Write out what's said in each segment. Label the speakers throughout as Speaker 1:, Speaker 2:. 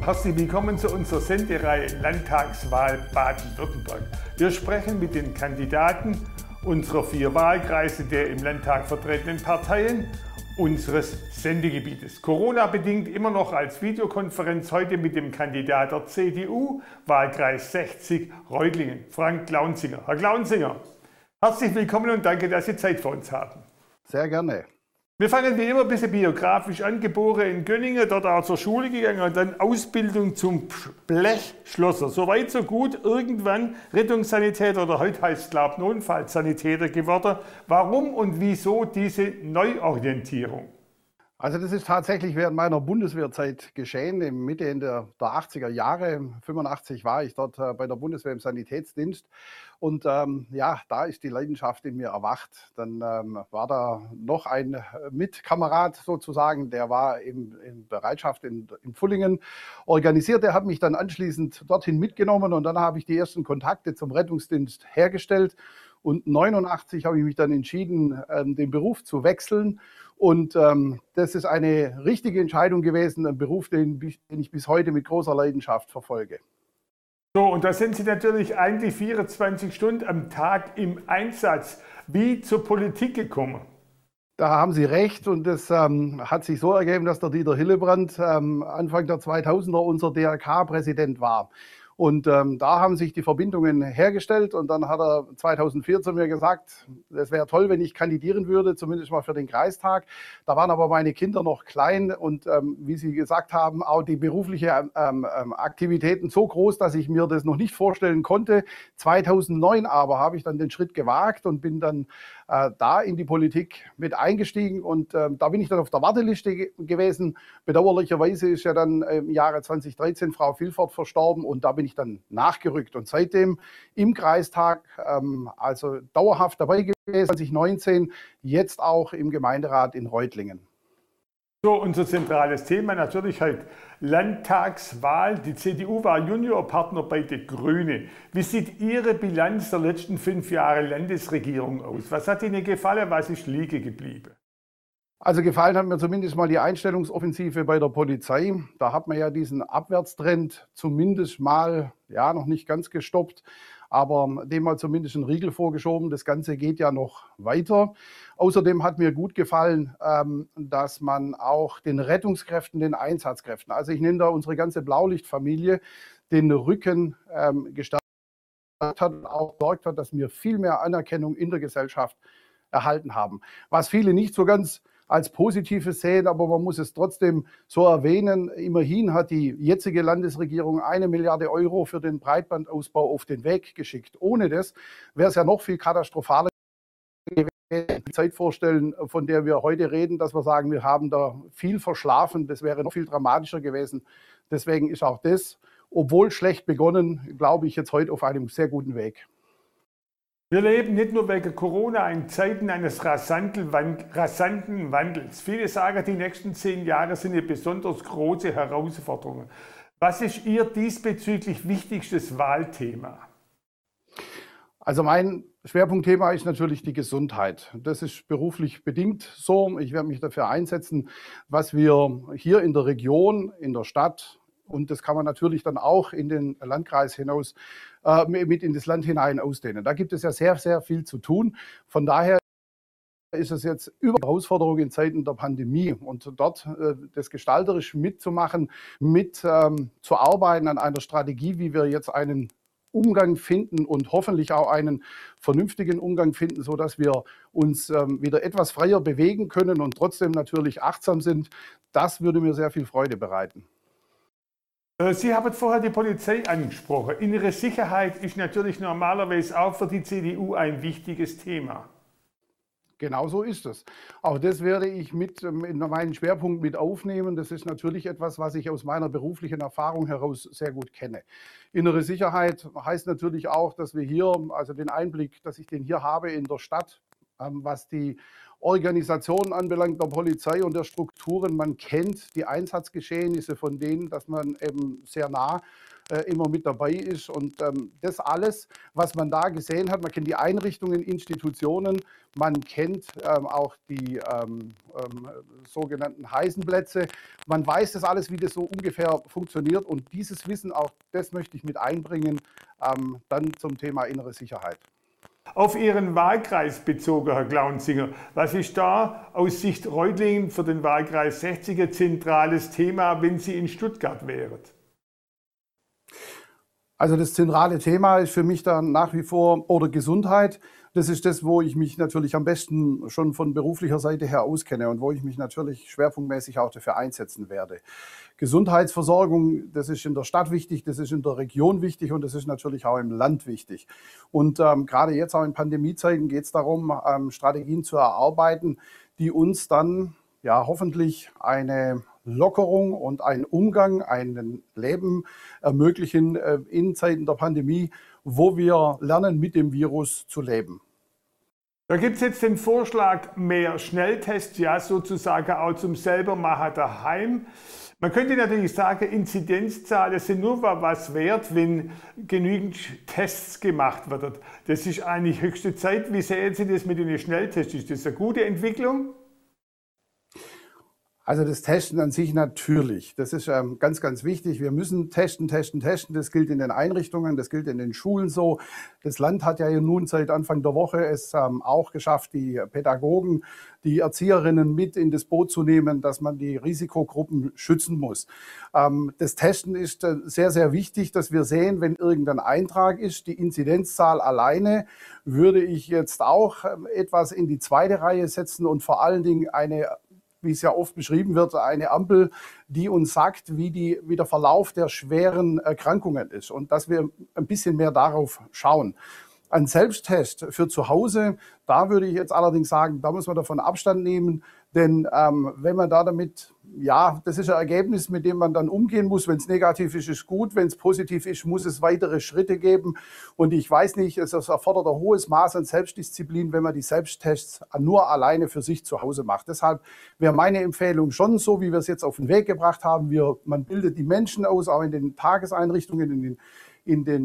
Speaker 1: Herzlich willkommen zu unserer Sendereihe Landtagswahl Baden-Württemberg. Wir sprechen mit den Kandidaten unserer 4 Wahlkreise der im Landtag vertretenen Parteien unseres Sendegebietes. Corona-bedingt immer noch als Videokonferenz, heute mit dem Kandidat der CDU, Wahlkreis 60 Reutlingen, Frank Glaunzinger. Herr Glaunzinger, herzlich willkommen und danke, dass Sie Zeit für uns haben.
Speaker 2: Sehr gerne.
Speaker 1: Wir fangen wie immer ein bisschen biografisch an. Geboren in Gönningen, dort auch zur Schule gegangen und dann Ausbildung zum Blechschlosser. Soweit so gut, irgendwann Rettungssanitäter oder heute heißt es, glaube ich, Notfallsanitäter geworden. Warum und wieso diese Neuorientierung?
Speaker 2: Also das ist tatsächlich während meiner Bundeswehrzeit geschehen, im Mitte der 80er Jahre. 85 war ich dort bei der Bundeswehr im Sanitätsdienst. Und ja, da ist die Leidenschaft in mir erwacht. Dann war da noch ein Mitkamerad sozusagen, der war in Bereitschaft in Pfullingen organisiert. Der hat mich dann anschließend dorthin mitgenommen und dann habe ich die ersten Kontakte zum Rettungsdienst hergestellt. Und 89 habe ich mich dann entschieden, den Beruf zu wechseln. Und das ist eine richtige Entscheidung gewesen, ein Beruf, den ich bis heute mit großer Leidenschaft verfolge.
Speaker 1: So, und da sind Sie natürlich eigentlich 24 Stunden am Tag im Einsatz. Wie zur Politik gekommen?
Speaker 2: Da haben Sie recht und das hat sich so ergeben, dass der Dieter Hillebrand Anfang der 2000er unser DRK-Präsident war. Und da haben sich die Verbindungen hergestellt und dann hat er 2004 zu mir gesagt, es wäre toll, wenn ich kandidieren würde, zumindest mal für den Kreistag. Da waren aber meine Kinder noch klein und wie Sie gesagt haben, auch die beruflichen Aktivitäten so groß, dass ich mir das noch nicht vorstellen konnte. 2009 aber habe ich dann den Schritt gewagt und bin dann da in die Politik mit eingestiegen und da bin ich dann auf der Warteliste gewesen. Bedauerlicherweise ist ja dann im Jahre 2013 Frau Vilfort verstorben und da bin ich dann nachgerückt und seitdem im Kreistag, also dauerhaft dabei gewesen, 2019, jetzt auch im Gemeinderat in Reutlingen.
Speaker 1: So, unser zentrales Thema natürlich halt Landtagswahl. Die CDU war Juniorpartner bei den Grünen. Wie sieht Ihre Bilanz der letzten 5 Jahre Landesregierung aus? Was hat Ihnen gefallen, was ist liegen geblieben?
Speaker 2: Also gefallen hat mir zumindest mal die Einstellungsoffensive bei der Polizei. Da hat man ja diesen Abwärtstrend zumindest mal, ja, noch nicht ganz gestoppt, aber dem mal zumindest einen Riegel vorgeschoben. Das Ganze geht ja noch weiter. Außerdem hat mir gut gefallen, dass man auch den Rettungskräften, den Einsatzkräften, also ich nenne da unsere ganze Blaulichtfamilie, den Rücken gestärkt hat, auch gesorgt hat, dass wir viel mehr Anerkennung in der Gesellschaft erhalten haben. Was viele nicht so ganz als Positives sehen, aber man muss es trotzdem so erwähnen. Immerhin hat die jetzige Landesregierung 1 Milliarde Euro für den Breitbandausbau auf den Weg geschickt. Ohne das wäre es ja noch viel katastrophaler gewesen. Die Zeit vorstellen, von der wir heute reden, dass wir sagen, wir haben da viel verschlafen. Das wäre noch viel dramatischer gewesen. Deswegen ist auch das, obwohl schlecht begonnen, glaube ich, jetzt heute auf einem sehr guten Weg.
Speaker 1: Wir leben nicht nur wegen Corona in Zeiten eines rasanten Wandels. Viele sagen, die nächsten 10 Jahre sind eine besonders große Herausforderung. Was ist Ihr diesbezüglich wichtigstes Wahlthema?
Speaker 2: Also mein Schwerpunktthema ist natürlich die Gesundheit. Das ist beruflich bedingt so. Ich werde mich dafür einsetzen, was wir hier in der Region, in der Stadt, und das kann man natürlich dann auch in den Landkreis hinaus mit in das Land hinein ausdehnen. Da gibt es ja sehr, sehr viel zu tun. Von daher ist es jetzt über Herausforderung in Zeiten der Pandemie und dort das gestalterisch mitzumachen, zu arbeiten an einer Strategie, wie wir jetzt einen Umgang finden und hoffentlich auch einen vernünftigen Umgang finden, sodass wir uns wieder etwas freier bewegen können und trotzdem natürlich achtsam sind. Das würde mir sehr viel Freude bereiten.
Speaker 1: Sie haben vorher die Polizei angesprochen. Innere Sicherheit ist natürlich normalerweise auch für die CDU ein wichtiges Thema.
Speaker 2: Genau so ist es. Auch das werde ich mit in meinen Schwerpunkt mit aufnehmen. Das ist natürlich etwas, was ich aus meiner beruflichen Erfahrung heraus sehr gut kenne. Innere Sicherheit heißt natürlich auch, dass wir hier, also den Einblick, dass ich den hier habe in der Stadt, was die Organisation anbelangt der Polizei und der Strukturen. Man kennt die Einsatzgeschehnisse von denen, dass man eben sehr nah immer mit dabei ist. Und das alles, was man da gesehen hat, man kennt die Einrichtungen, Institutionen, man kennt auch die sogenannten heißen Plätze. Man weiß das alles, wie das so ungefähr funktioniert. Und dieses Wissen, auch das möchte ich mit einbringen, dann zum Thema innere Sicherheit.
Speaker 1: Auf Ihren Wahlkreis bezogen, Herr Glaunzinger, was ist da aus Sicht Reutlingen für den Wahlkreis 60 ein zentrales Thema, wenn Sie in Stuttgart wären?
Speaker 2: Also das zentrale Thema ist für mich dann nach wie vor oder Gesundheit. Das ist das, wo ich mich natürlich am besten schon von beruflicher Seite her auskenne und wo ich mich natürlich schwerpunktmäßig auch dafür einsetzen werde. Gesundheitsversorgung, das ist in der Stadt wichtig, das ist in der Region wichtig und das ist natürlich auch im Land wichtig. Und gerade jetzt auch in Pandemiezeiten geht es darum, Strategien zu erarbeiten, die uns dann ja hoffentlich eine Lockerung und einen Umgang, ein Leben ermöglichen in Zeiten der Pandemie, wo wir lernen, mit dem Virus zu leben.
Speaker 1: Da gibt es jetzt den Vorschlag, mehr Schnelltests, ja sozusagen auch zum Selbermachen daheim. Man könnte natürlich sagen, Inzidenzzahlen sind nur was wert, wenn genügend Tests gemacht werden. Das ist eigentlich höchste Zeit. Wie sehen Sie das mit den Schnelltests? Ist das eine gute Entwicklung?
Speaker 2: Also das Testen an sich natürlich, das ist ganz, ganz wichtig. Wir müssen testen. Das gilt in den Einrichtungen, das gilt in den Schulen so. Das Land hat ja nun seit Anfang der Woche es auch geschafft, die Pädagogen, die Erzieherinnen mit in das Boot zu nehmen, dass man die Risikogruppen schützen muss. Das Testen ist sehr, sehr wichtig, dass wir sehen, wenn irgendein Eintrag ist. Die Inzidenzzahl alleine würde ich jetzt auch etwas in die zweite Reihe setzen und vor allen Dingen wie es ja oft beschrieben wird, eine Ampel, die uns sagt, wie der Verlauf der schweren Erkrankungen ist und dass wir ein bisschen mehr darauf schauen. Ein Selbsttest für zu Hause, da würde ich jetzt allerdings sagen, da muss man davon Abstand nehmen, denn wenn man da damit, ja, das ist ein Ergebnis, mit dem man dann umgehen muss. Wenn es negativ ist, ist gut. Wenn es positiv ist, muss es weitere Schritte geben. Und ich weiß nicht, es erfordert ein hohes Maß an Selbstdisziplin, wenn man die Selbsttests nur alleine für sich zu Hause macht. Deshalb wäre meine Empfehlung schon so, wie wir es jetzt auf den Weg gebracht haben. Man bildet die Menschen aus, auch in den Tageseinrichtungen, in den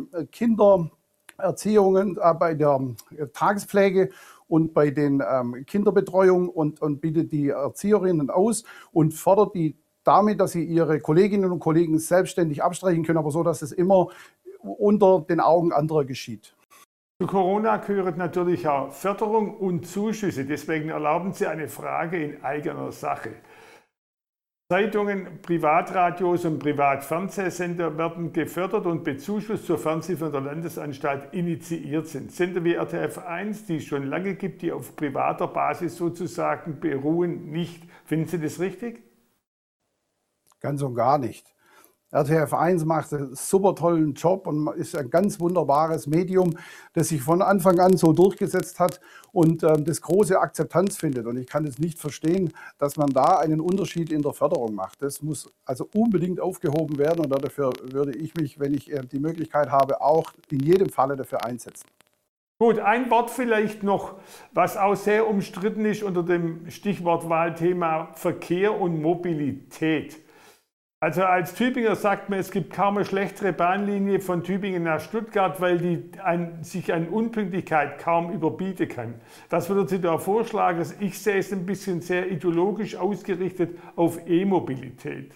Speaker 2: Kindererziehungen, bei der Tagespflege und bei den Kinderbetreuung und bietet die Erzieherinnen aus und fordert die damit, dass sie ihre Kolleginnen und Kollegen selbstständig abstreichen können, aber so, dass es immer unter den Augen anderer geschieht.
Speaker 1: Zu Corona gehört natürlich auch Förderung und Zuschüsse. Deswegen erlauben Sie eine Frage in eigener Sache. Zeitungen, Privatradios und Privatfernsehsender werden gefördert und bezuschusst, sofern sie von der Landesanstalt initiiert sind. Sender wie RTF 1, die es schon lange gibt, die auf privater Basis sozusagen beruhen, nicht. Finden Sie das richtig?
Speaker 2: Ganz und gar nicht. RTF 1 macht einen super tollen Job und ist ein ganz wunderbares Medium, das sich von Anfang an so durchgesetzt hat und das große Akzeptanz findet. Und ich kann es nicht verstehen, dass man da einen Unterschied in der Förderung macht. Das muss also unbedingt aufgehoben werden und dafür würde ich mich, wenn ich die Möglichkeit habe, auch in jedem Falle dafür einsetzen.
Speaker 1: Gut, ein Wort vielleicht noch, was auch sehr umstritten ist unter dem Stichwort Wahlthema Verkehr und Mobilität. Also als Tübinger sagt man, es gibt kaum eine schlechtere Bahnlinie von Tübingen nach Stuttgart, weil die sich an Unpünktlichkeit kaum überbieten kann. Was würden Sie da vorschlagen? Ich sehe es ein bisschen sehr ideologisch ausgerichtet auf E-Mobilität.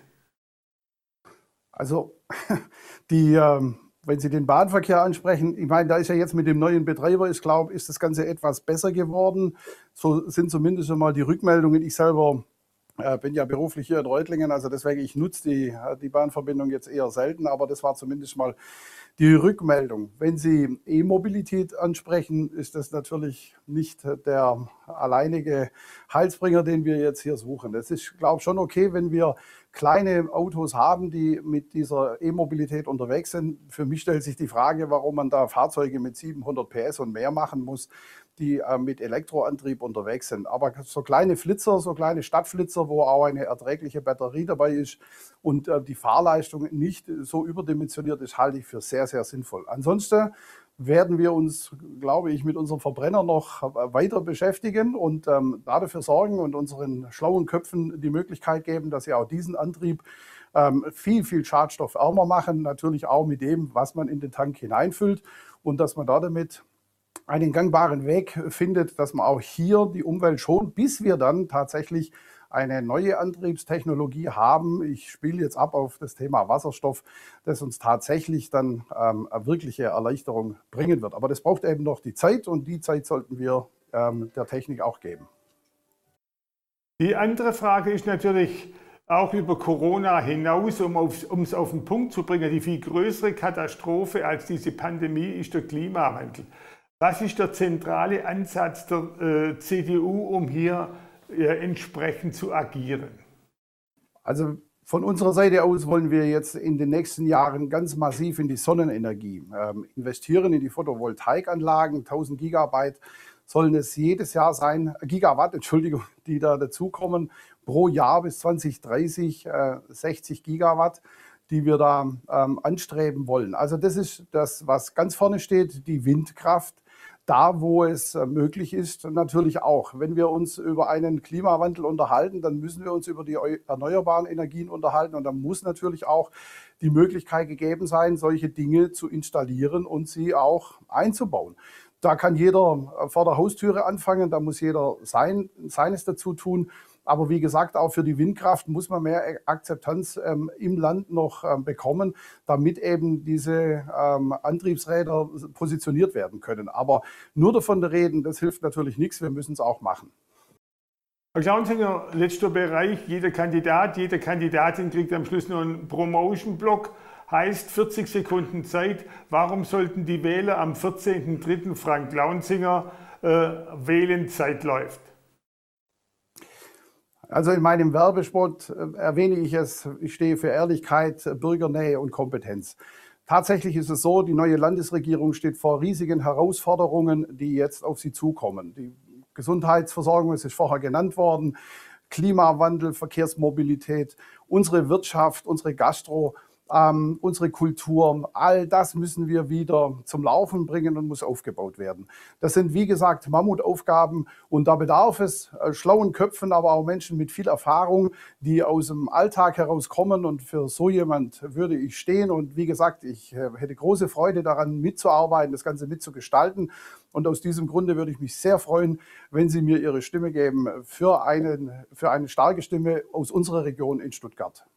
Speaker 2: Also wenn Sie den Bahnverkehr ansprechen, ich meine, da ist ja jetzt mit dem neuen Betreiber, ist das Ganze etwas besser geworden. So sind zumindest schon mal die Rückmeldungen. Ich selber bin ja beruflich hier in Reutlingen, also deswegen, ich nutze die Bahnverbindung jetzt eher selten, aber das war zumindest mal die Rückmeldung. Wenn Sie E-Mobilität ansprechen, ist das natürlich nicht der alleinige Heilsbringer, den wir jetzt hier suchen. Das ist, glaube ich, schon okay, wenn wir kleine Autos haben, die mit dieser E-Mobilität unterwegs sind. Für mich stellt sich die Frage, warum man da Fahrzeuge mit 700 PS und mehr machen muss, die mit Elektroantrieb unterwegs sind. Aber so kleine Flitzer, so kleine Stadtflitzer, wo auch eine erträgliche Batterie dabei ist und die Fahrleistung nicht so überdimensioniert ist, halte ich für sehr, sehr sinnvoll. Ansonsten werden wir uns, glaube ich, mit unserem Verbrenner noch weiter beschäftigen und dafür sorgen und unseren schlauen Köpfen die Möglichkeit geben, dass sie auch diesen Antrieb viel, viel schadstoffärmer machen, natürlich auch mit dem, was man in den Tank hineinfüllt und dass man da damit einen gangbaren Weg findet, dass man auch hier die Umwelt schont, bis wir dann tatsächlich eine neue Antriebstechnologie haben. Ich spiele jetzt ab auf das Thema Wasserstoff, das uns tatsächlich dann eine wirkliche Erleichterung bringen wird. Aber das braucht eben noch die Zeit und die Zeit sollten wir der Technik auch geben.
Speaker 1: Die andere Frage ist natürlich auch über Corona hinaus, um es auf den Punkt zu bringen, die viel größere Katastrophe als diese Pandemie ist der Klimawandel. Was ist der zentrale Ansatz der CDU, um hier entsprechend zu agieren?
Speaker 2: Also von unserer Seite aus wollen wir jetzt in den nächsten Jahren ganz massiv in die Sonnenenergie investieren, in die Photovoltaikanlagen. 1000 Gigabyte sollen es jedes Jahr sein, Gigawatt, Entschuldigung, die da dazukommen, pro Jahr bis 2030 60 Gigawatt, die wir da anstreben wollen. Also das ist das, was ganz vorne steht, die Windkraft. Da, wo es möglich ist, natürlich auch. Wenn wir uns über einen Klimawandel unterhalten, dann müssen wir uns über die erneuerbaren Energien unterhalten und dann muss natürlich auch die Möglichkeit gegeben sein, solche Dinge zu installieren und sie auch einzubauen. Da kann jeder vor der Haustüre anfangen, da muss jeder seines dazu tun. Aber wie gesagt, auch für die Windkraft muss man mehr Akzeptanz im Land noch bekommen, damit eben diese Antriebsräder positioniert werden können. Aber nur davon reden, das hilft natürlich nichts, wir müssen es auch machen.
Speaker 1: Herr Klauensinger, letzter Bereich, jede Kandidatin kriegt am Schluss noch einen Promotion-Block, heißt 40 Sekunden Zeit. Warum sollten die Wähler am 14.03. Frank Klauensinger wählen? Zeit läuft.
Speaker 2: Also in meinem Werbespot erwähne ich es, ich stehe für Ehrlichkeit, Bürgernähe und Kompetenz. Tatsächlich ist es so, die neue Landesregierung steht vor riesigen Herausforderungen, die jetzt auf sie zukommen. Die Gesundheitsversorgung, es ist vorher genannt worden, Klimawandel, Verkehrsmobilität, unsere Wirtschaft, unsere Gastro, unsere Kultur, all das müssen wir wieder zum Laufen bringen und muss aufgebaut werden. Das sind, wie gesagt, Mammutaufgaben und da bedarf es schlauen Köpfen, aber auch Menschen mit viel Erfahrung, die aus dem Alltag herauskommen und für so jemand würde ich stehen und wie gesagt, ich hätte große Freude daran mitzuarbeiten, das Ganze mitzugestalten und aus diesem Grunde würde ich mich sehr freuen, wenn Sie mir Ihre Stimme geben für eine starke Stimme aus unserer Region in Stuttgart.